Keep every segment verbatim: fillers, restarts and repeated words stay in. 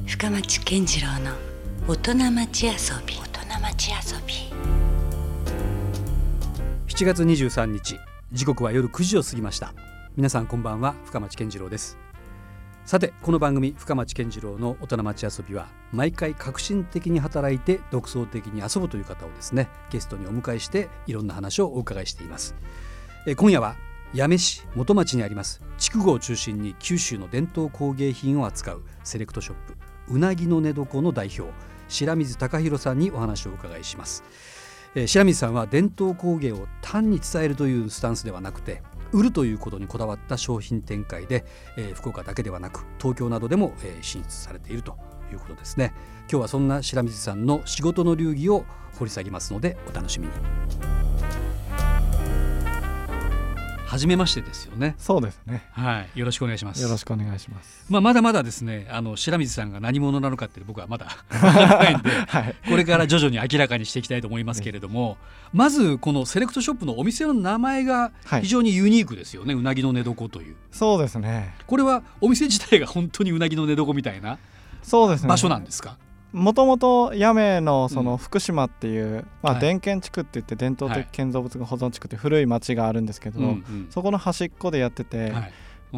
深町健次郎の大人町遊び。大人町遊び。 しちがつにじゅうさんにち、時刻は夜くじを過ぎました。皆さんこんばんは、深町健次郎です。さて、この番組深町健次郎の大人町遊びは、毎回革新的に働いて独創的に遊ぶという方をですね、ゲストにお迎えしていろんな話をお伺いしています。え今夜は八女市元町にあります筑後を中心に九州の伝統工芸品を扱うセレクトショップうなぎの寝床の代表、白水貴弘さんにお話をお伺いします。えー、白水さんは伝統工芸を単に伝えるというスタンスではなくて、売るということにこだわった商品展開で、えー、福岡だけではなく東京などでも、えー、進出されているということですね。今日はそんな白水さんの仕事の流儀を掘り下げますのでお楽しみに。初めましてですよね。 そうですね、 はい、よろしくお願いします。 よろしくお願いします。 まあ、まだまだですね、あの白水さんが何者なのかって僕はまだ分からないんで、はい、これから徐々に明らかにしていきたいと思いますけれども、まずこのセレクトショップのお店の名前が非常にユニークですよね、はい、うなぎの寝床という。そうですね。これはお店自体が本当にうなぎの寝床みたいな場所なんですか？ もともと八女のその福島っていう、うんまあ、伝建地区って言って伝統的建造物保存地区って古い町があるんですけど、はい、そこの端っこでやってて、はい、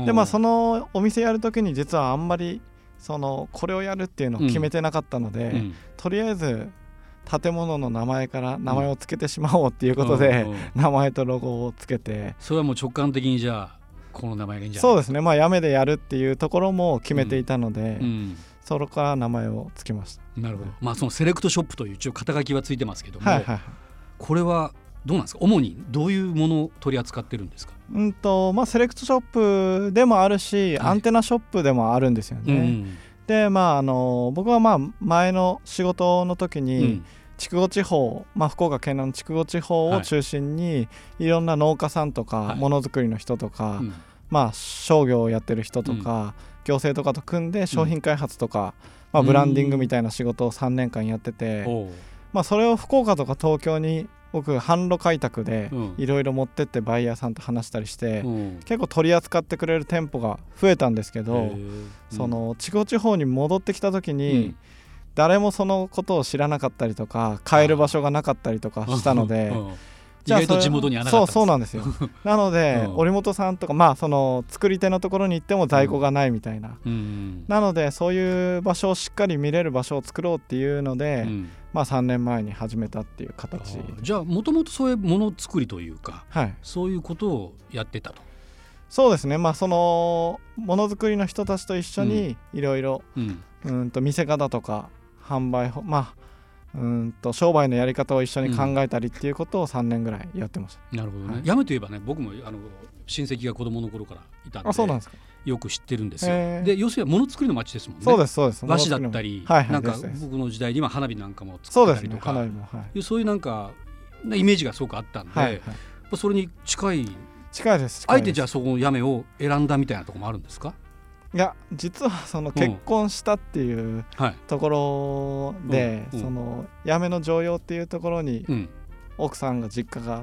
でまあそのお店やるときに実はあんまりそのこれをやるっていうのを決めてなかったので、うん、とりあえず建物の名前から名前をつけてしまおうっていうことで、うん、名前とロゴをつけて、 それはもう直感的にじゃあこの名前がいいんじゃないか。 そうですね、まあ、八女でやるっていうところも決めていたので、うんうんそこから名前をつけました。 なるほど、まあ、そのセレクトショップという一応肩書きはついてますけども、 はいはいはい、 これはどうなんですか？主にどういうものを取り扱ってるんですか？ うんとまあ、セレクトショップでもあるし、はい、アンテナショップでもあるんですよね、うん、で、まあ、あの僕はまあ前の仕事の時に、うん筑後地方、まあ、福岡県の筑後地方を中心にいろんな農家さんとかものづくりの人とか、はいうんまあ、商業をやってる人とか、うん行政とかと組んで商品開発とか、うんまあ、ブランディングみたいな仕事をさんねんかんやってて、まあ、それを福岡とか東京に僕販路開拓でいろいろ持ってってバイヤーさんと話したりして、うん、結構取り扱ってくれる店舗が増えたんですけど、うん、その筑後地方に戻ってきた時に、うん、誰もそのことを知らなかったりとか買える場所がなかったりとかしたので、 意外と地元にはなかったんです。 そう、そうなんですよなので、うん、織本さんとか、まあ、その作り手のところに行っても在庫がないみたいな、うん、なのでそういう場所をしっかり見れる場所を作ろうっていうので、うんまあ、さんねんまえに始めたっていう形。 じゃあもともとそういうものづくりというか、はい、そういうことをやってたと。 そうですね、まあ、そのものづくりの人たちと一緒にいろいろ見せ方とか販売、まあうんと商売のやり方を一緒に考えたりっていうことをさんねんぐらいやってました。 うん、なるほどね。はい、八女といえばね、僕もあの親戚が子供の頃からいたんで、 あ、そうなんですか。 よく知ってるんですよ。で、要するにものづくりの町ですもんね。 そうですそうです。 和紙だったり、はいはい、なんか僕の時代には花火なんかも作ったりとか、 そうですね、花火も、はい、 そういうなんかイメージがすごくあったんで、はいはい、それに近い近いです。 あえてじゃあそこの八女を選んだみたいなところもあるんですか？ いや、実はその結婚したっていうところで、うんはい、その八女の常陽っていうところに奥さんが実家があって、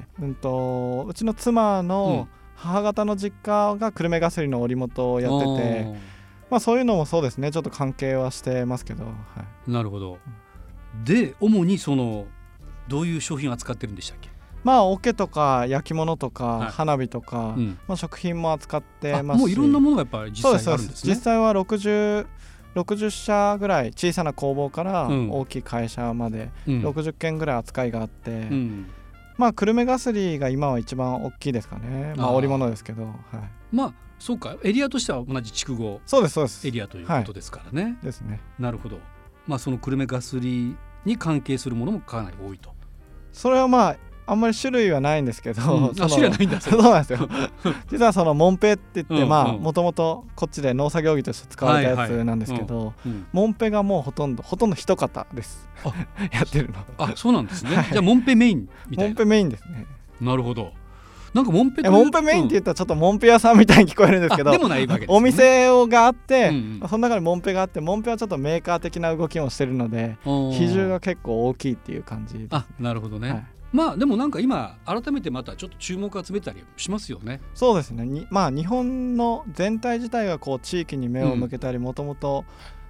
うん、とうちの妻の母方の実家が久留米がすりの織本をやってて、うんまあ、そういうのもそうですね、ちょっと関係はしてますけど、はい、 なるほど。で、主にそのどういう商品を扱ってるんでしたっけ？ まあ、桶とか焼き物とか、はい、花火とか、うんまあ、食品も扱ってますし、 もういろんなものがやっぱり実際あるんですね。 実際はろくじゅう、ろくじゅっしゃぐらい、小さな工房から大きい会社までろくじゅっけんぐらい扱いがあって、うん、まあ久留米がすりが今は一番大きいですかね。まあ織物ですけど、はい、 まあそうか、エリアとしては同じ筑後エリアということですからね。 はい、ですね。 なるほど。まあその久留米がすりに関係するものもかなり多いと。 それはまああんまり種類はないんですけど、 うん、あ、種類はないんだ。 そうなんですよ実はそのモンペって言って、うんうん、まあもともとこっちで農作業着として使われたやつなんですけど、はいはいうん、モンペがもうほとんどほとんど一方ですやってるの。 あ、そうなんですね、はい、じゃあモンペメインみたいな。 モンペメインですね。 なるほど。なんかモンペモンペメインって言ったらちょっっとモンペ屋さんみたいに聞こえるんですけど、 でもないわけですね。 お店があって、うんうん、その中にモンペがあって、モンペはちょっとメーカー的な動きもしてるので比重が結構大きいっていう感じです、ね。 あ、なるほどね。はい、まあでもなんか今改めてまたちょっと注目を集めたりしますよね。 そうですね。にまあ日本の全体自体がこう地域に目を向けたり、もともと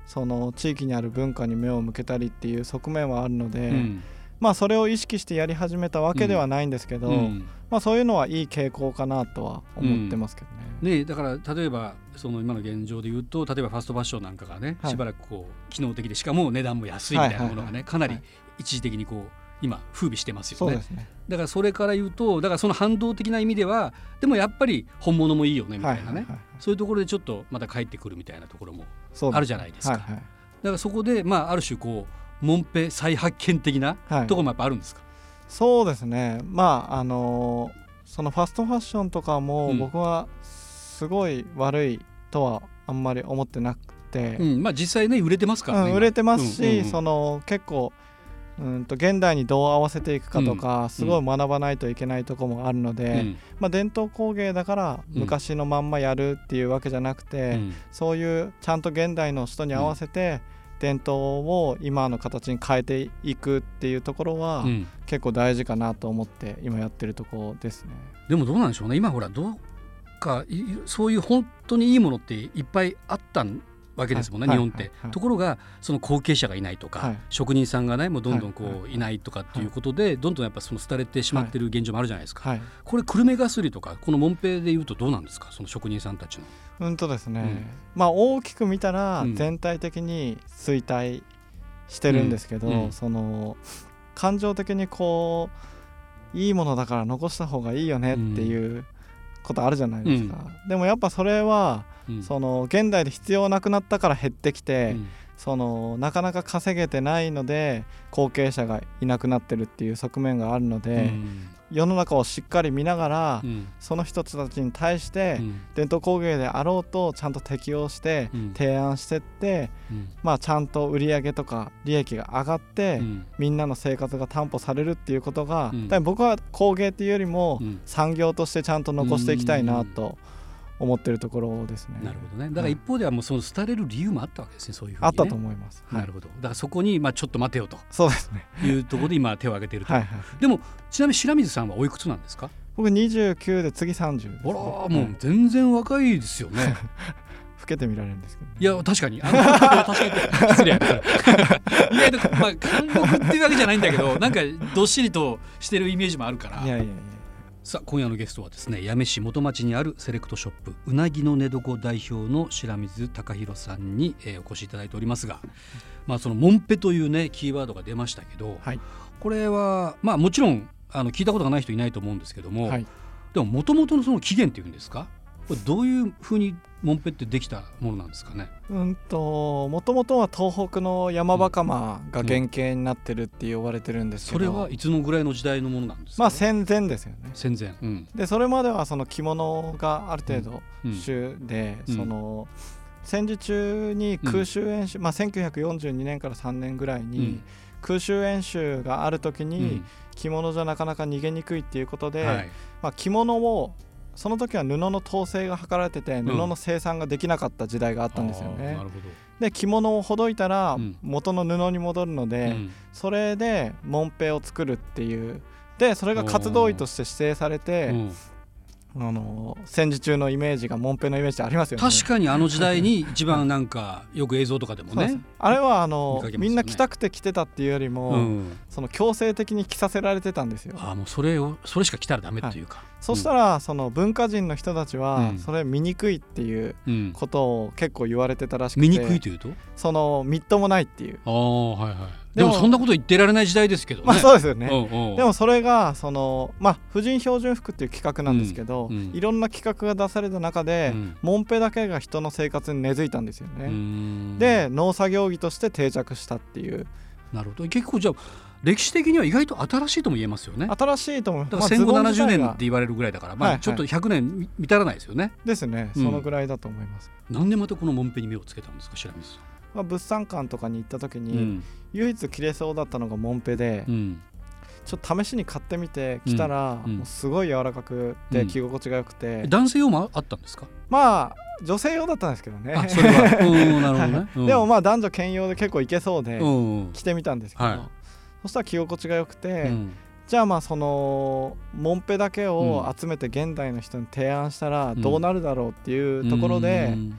その地域にある文化に目を向けたりっていう側面はあるので、 うん、 まあそれを意識してやり始めたわけではないんですけど、 うん、 まあそういうのはいい傾向かなとは思ってますけどね。 うん、ね、だから例えばその今の現状で言うと、例えばファストファッションなんかがね、はい、しばらくこう機能的でしかも値段も安いみたいなものがね、はいはいはい、かなり一時的にこう今風靡してますよね。 そうですね。 だからそれから言うと、だからその反動的な意味ではでもやっぱり本物もいいよねみたいなね、はいはいはいはい、そういうところでちょっとまた帰ってくるみたいなところもあるじゃないですか。はいはい、だからそこで、まあ、ある種こうモンペ再発見的なところもやっぱあるんですか。はい、 そうですね。まああのー、そのファストファッションとかも僕はすごい悪いとはあんまり思ってなくて、 うん、まあ、実際ね売れてますからね、 うん、売れてますし、うんうんうん、その結構うんと現代にどう合わせていくかとか、うん、すごい学ばないといけないところもあるので、うん、まあ、伝統工芸だから昔のまんまやるっていうわけじゃなくて、うん、そういうちゃんと現代の人に合わせて伝統を今の形に変えていくっていうところは結構大事かなと思って今やってるところですね。 でもどうなんでしょうね、今ほらどうかそういう本当にいいものっていっぱいあったんわけですもんね、はい、日本って、はいはいはい、ところがその後継者がいないとか、はい、職人さんがねもうどんどんこう、はいはいはい、いないとかっていうことで、はい、どんどんやっぱその廃れてしまってる現状もあるじゃないですか、はい、これ久留米ガスリとかこのモンペでいうとどうなんですか、その職人さんたちの。 うんとですね、うん、まあ大きく見たら全体的に衰退してるんですけど、うんうん、その感情的にこういいものだから残した方がいいよねっていうことあるじゃないですか、うん、でもやっぱそれはその現代で必要なくなったから減ってきて、うん、そのなかなか稼げてないので後継者がいなくなってるっていう側面があるので、うん、世の中をしっかり見ながら、うん、その人たちに対して伝統工芸であろうとちゃんと適応して提案してって、うん、まあ、ちゃんと売り上げとか利益が上がって、うん、みんなの生活が担保されるっていうことが、うん、だ僕は工芸っていうよりも産業としてちゃんと残していきたいなと思ってるところですね。 なるほどね。だから一方ではもうその廃れる理由もあったわけですね、そういうふうに、ね、 あったと思います、はい、 なるほど。だからそこにまあちょっと待てよとそうですねいうところで今手を挙げているとはい、はい、 でもちなみに白水さんはおいくつなんですか。 僕にじゅうきゅうで次さんじゅうです、ね、 あらもう全然若いですよね老けて見られるんですけど、ね、 いや確かにあの確かに失礼やからいや、まあ、貫禄っていうわけじゃないんだけどなんかどっしりとしてるイメージもあるから。 いやいやいや。 さあ今夜のゲストはですね、八女市元町にあるセレクトショップうなぎの寝床代表の白水貴弘さんに、えー、お越しいただいておりますが、まあ、そのモンペというねキーワードが出ましたけど、はい、これはまあもちろんあの聞いたことがない人いないと思うんですけども、はい、でも元々のその起源っていうんですか、これどういうふうにモンペってできたものなんですかね。 うんともともとは東北の山ばかまが原型になってるって言われてるんですけど、 うんうん、それはいつのぐらいの時代のものなんですか。 まあ戦前ですよね。 戦前、うん、でそれまではその着物がある程度主で、うんうん、その戦時中に空襲演習、うん、まあ、せんきゅうひゃくよんじゅうにねんからさんねんぐらいに空襲演習がある時に着物じゃなかなか逃げにくいっていうことで、はい、まあ、着物をその時は布の統制が図られてて布の生産ができなかった時代があったんですよね、うん、なるほど。で着物をほどいたら元の布に戻るので、うん、それでモンペを作るっていうでそれが活動医として指定されて、うん、あの戦時中のイメージがモンペのイメージありますよね。 確かにあの時代に一番なんかよく映像とかでもねあれはあの、ね、みんな着たくて着てたっていうよりも、うん、その強制的に着させられてたんですよ。 あもうそれをそれしか着たらダメっていうか、はい、 そしたら、うん、その文化人の人たちはそれ見にくいっていうことを結構言われてたらしくて、 見にくいというとそのみっともないっていう。 あ、はいはい、でもそんなこと言ってられない時代ですけどね。 まあ、そうですよね、うんうん、でもそれがその、まあ、婦人標準服っていう企画なんですけど、うんうん、いろんな企画が出された中で、うん、モンペだけが人の生活に根付いたんですよね。で農作業着として定着したっていう。 なるほど。結構じゃあ歴史的には意外と新しいとも言えますよね。 新しいと思います。 だから戦後ななじゅうねんって言われるぐらいだから、まあ、ちょっとひゃくねん満たらないですよね、はいはい、 ですね。そのぐらいだと思います、 うん、なんでまたこのモンペに目をつけたんですか白水さん。 まあ、物産館とかに行った時に、うん、唯一着れそうだったのがモンペで、うん、ちょっと試しに買ってみて着たら、うん、もうすごい柔らかくて着心地が良くて、 うん、男性用もあったんですか。 まあ女性用だったんですけどね。 あそれはうんなるほどね、うん、 でもまあ男女兼用で結構いけそうで着てみたんですけど、はい、そしたら着心地が良くて、うん、じゃあまあそのモンペだけを集めて現代の人に提案したらどうなるだろうっていうところで、うん、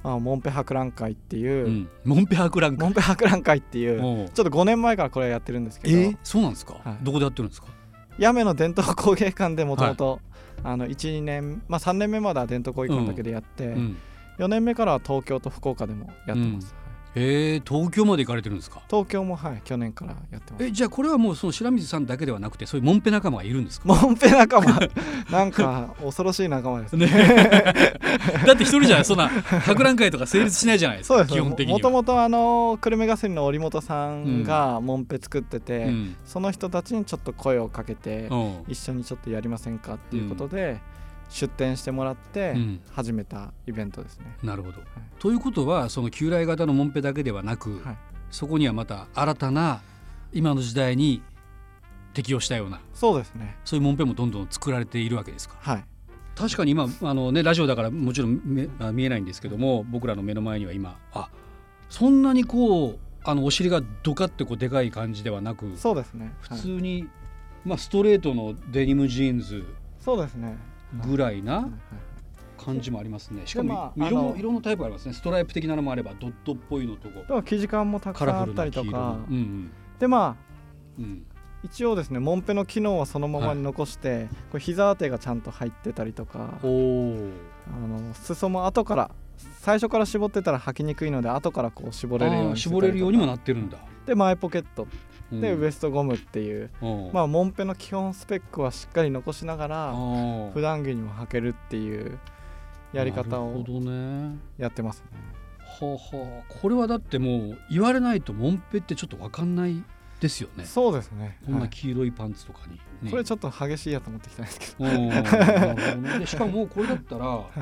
まあ、モンペ博覧会っていう、 うん、モンペ博覧会モンペ博覧会っていうちょっとごねんまえからこれやってるんですけど、 えー、そうなんですか、はい、どこでやってるんですか？ 八女の伝統工芸館でもともといち、にねん、まあ、さんねんめまでは伝統工芸館だけでやって、うんうん、よねんめからは東京と福岡でもやってます、 うん、えー、東京まで行かれてるんですか？ 東京も、はい、去年からやってます。 えじゃあこれはもうその白水さんだけではなくてそういうモンペ仲間がいるんですか？ モンペ仲間なんか恐ろしい仲間ですねだって一人じゃそんな博覧会とか成立しないじゃないですか。 そうです。 基本的にはもともとあの久留米ガスリの織本さんがモンペ作ってて、うん、その人たちにちょっと声をかけて、うん、一緒にちょっとやりませんかっていうことで、うん、出展してもらって始めたイベントですね、 うん、なるほど、はい、ということはその旧来型のモンペだけではなく、はい、そこにはまた新たな今の時代に適応したようなそうですねそういうモンペもどんどん作られているわけですか？ はい。 確かに今あの、ね、ラジオだからもちろん 見, 見えないんですけども僕らの目の前には今あそんなにこうあのお尻がドカってこうでかい感じではなくそうですね、 普通に、はいまあ、ストレートのデニムジーンズそうですねぐらいな感じもありますね。しかも色 の, 色のタイプがありますね。ストライプ的なのもあればドットっぽいのとこ生地感もたくさんあったりとか、 うんうん、 でまあ、うん、一応ですねモンペの機能はそのままに残して、はい、これ膝当てがちゃんと入ってたりとかおあの裾も後から最初から絞ってたら履きにくいので後からこう絞れるようにしてたりとか絞れるようにもなってるんだ。 で前ポケットで、うん、ウエストゴムっていう、まあ、モンペの基本スペックはしっかり残しながら普段着にも履けるっていうやり方をやってますね。 はあはあ、これはだってもう言われないとモンペってちょっと分かんないですよね。 そうですね。 こんな黄色いパンツとかに、 ね、これちょっと激しいやつ持ってきたんですけどなるほど、ね、でしかもこれだったら、はい、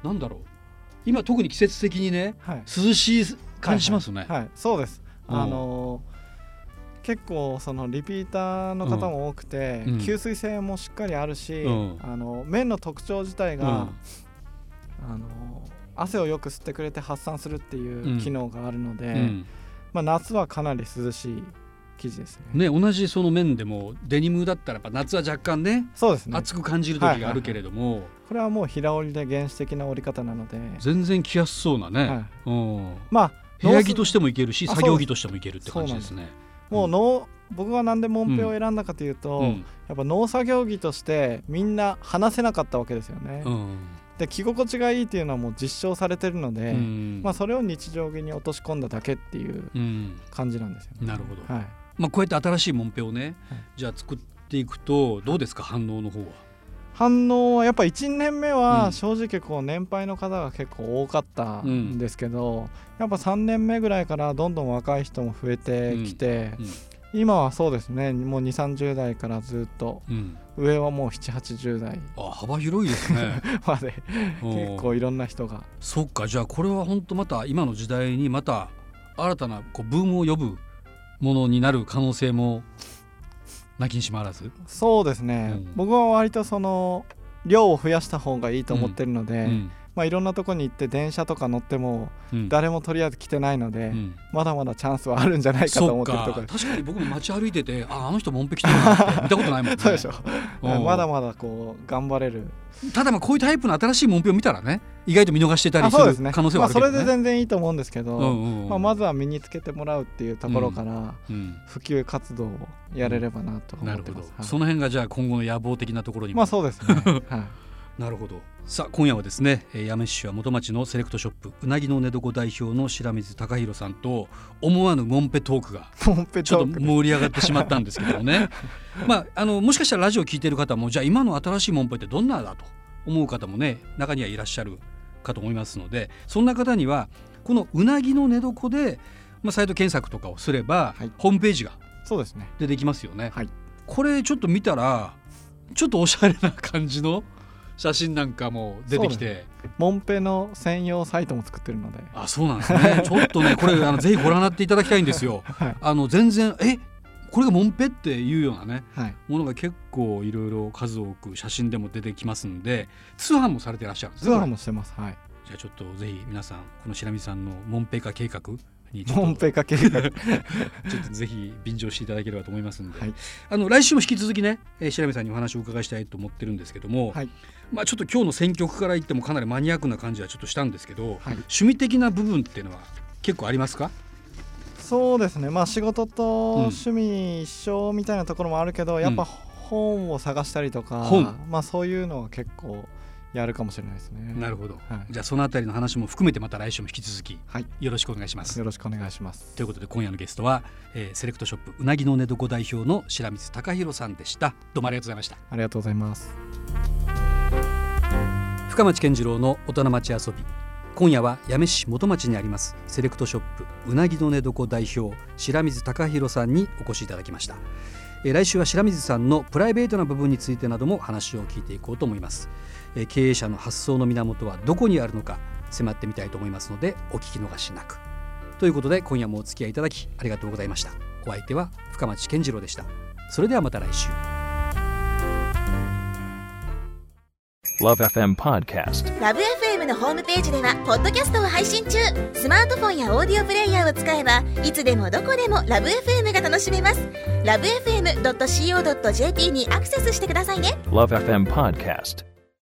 なんだろう今特に季節的にね、はい、涼しい感じしますね。 はい、はいはい、そうです。あのー結構そのリピーターの方も多くて、うん、吸水性もしっかりあるし、うん、あの綿の特徴自体が、うん、あの汗をよく吸ってくれて発散するっていう機能があるので、うんまあ、夏はかなり涼しい生地ですね。 ね同じその綿でもデニムだったらやっぱ夏は若干ね、 そうですね暑く感じる時があるけれども、はいはいはい、 これはもう平織りで原始的な織り方なので全然着やすそうなね、 はいうん、 まあ部屋着としてもいけるし作業着としてもいけるって感じですね。 もう農僕がなんでモンペを選んだかというと、うん、やっぱ農作業着としてみんな話せなかったわけですよね、うん、で着心地がいいっていうのはもう実証されてるので、うんまあ、それを日常着に落とし込んだだけっていう感じなんですよね、 うん、なるほど、はいまあ、こうやって新しいモンペをね、はい、じゃあ作っていくとどうですか反応の方は。 反応はやっぱいちねんめは正直こう年配の方が結構多かったんですけど、うん、やっぱさんねんめぐらいからどんどん若い人も増えてきて、うんうん今はそうですねもうにじゅう、さんじゅう代からずっと、うん、上はもうななじゅう、はちじゅう代あ幅広いですねまで結構いろんな人がそっかじゃあこれは本当また今の時代にまた新たなこうブームを呼ぶものになる可能性もなきにしもあらず。 そうですね、うん、僕は割とその量を増やした方がいいと思ってるので、うんうんまあ、いろんなとこに行って電車とか乗っても誰もとりあえず来てないので、うん、まだまだチャンスはあるんじゃないかと思ってるところ。 確かに僕も街歩いててああの人モンペ来てるなって見たことないもんねそうでしょまだまだこう頑張れる。 ただまあこういうタイプの新しいモンペを見たらね意外と見逃してたりする可能性はあるけどね。 まあ、それで全然いいと思うんですけど、うんうんうんまあ、まずは身につけてもらうっていうところから普及活動をやれればなと思ってます、うんうんなるほど、 はい、その辺がじゃあ今後の野望的なところにもまあそうですね、はいなるほど。さあ今夜はですね八女市は元町のセレクトショップうなぎの寝床代表の白水貴弘さんと思わぬモンペトークがちょっと盛り上がってしまったんですけどもねまあ、あのもしかしたらラジオを聞いている方もじゃあ今の新しいモンペってどんなだと思う方もね中にはいらっしゃるかと思いますのでそんな方にはこのうなぎの寝床で、まあ、サイト検索とかをすれば、はい、ホームページが出てきますよね、はい、これちょっと見たらちょっとおしゃれな感じの写真なんかも出てきてモンペの専用サイトも作ってるのであそうなんですねちょっとねこれあのぜひご覧になっていただきたいんですよ、はい、あの全然えこれがモンペっていうようなね、はい、ものが結構いろいろ数多く写真でも出てきますんで通販もされていらっしゃるんですね。 通販もしてます、はい、 じゃあちょっとぜひ皆さんこの白水さんのモンペ化計画にちょっとモンペカ計画ちょっとぜひ便乗していただければと思いますので、 はい、 あの来週も引き続きね、えー、白見さんにお話をお伺いしたいと思ってるんですけども、はい、まあ、ちょっと今日の選曲から言ってもかなりマニアックな感じはちょっとしたんですけど、はい、趣味的な部分っていうのは結構ありますか？ そうですね、まあ、仕事と趣味一緒みたいなところもあるけど、うん、やっぱ本を探したりとか、まあ、そういうのは結構やるかもしれないですね。 なるほど、はい、じゃあそのあたりの話も含めてまた来週も引き続き、 はい、 よろしくお願いします。 よろしくお願いします。 ということで今夜のゲストは、えー、セレクトショップうなぎの寝床代表の白水貴弘さんでした。どうもありがとうございました。 ありがとうございます。 深町健次郎の大人町遊び、今夜は八女市元町にありますセレクトショップうなぎの寝床代表白水貴弘さんにお越しいただきました。えー、来週は白水さんのプライベートな部分についてなども話を聞いていこうと思います。えー、経営者の発想の源はどこにあるのか迫ってみたいと思いますのでお聞き逃しなく。ということで今夜もお付き合いいただきありがとうございました。お相手は深町健次郎でした。それではまた来週。 ラブ エフエム Podcast。 ラブ エフエム のホームページではポッドキャストを配信中。スマートフォンやオーディオプレイヤーを使えばいつでもどこでもラブ エフエム が楽しめます。ラブ エフエムドットシーオードットジェーピー にアクセスしてくださいね。 ラブ エフエム Podcast。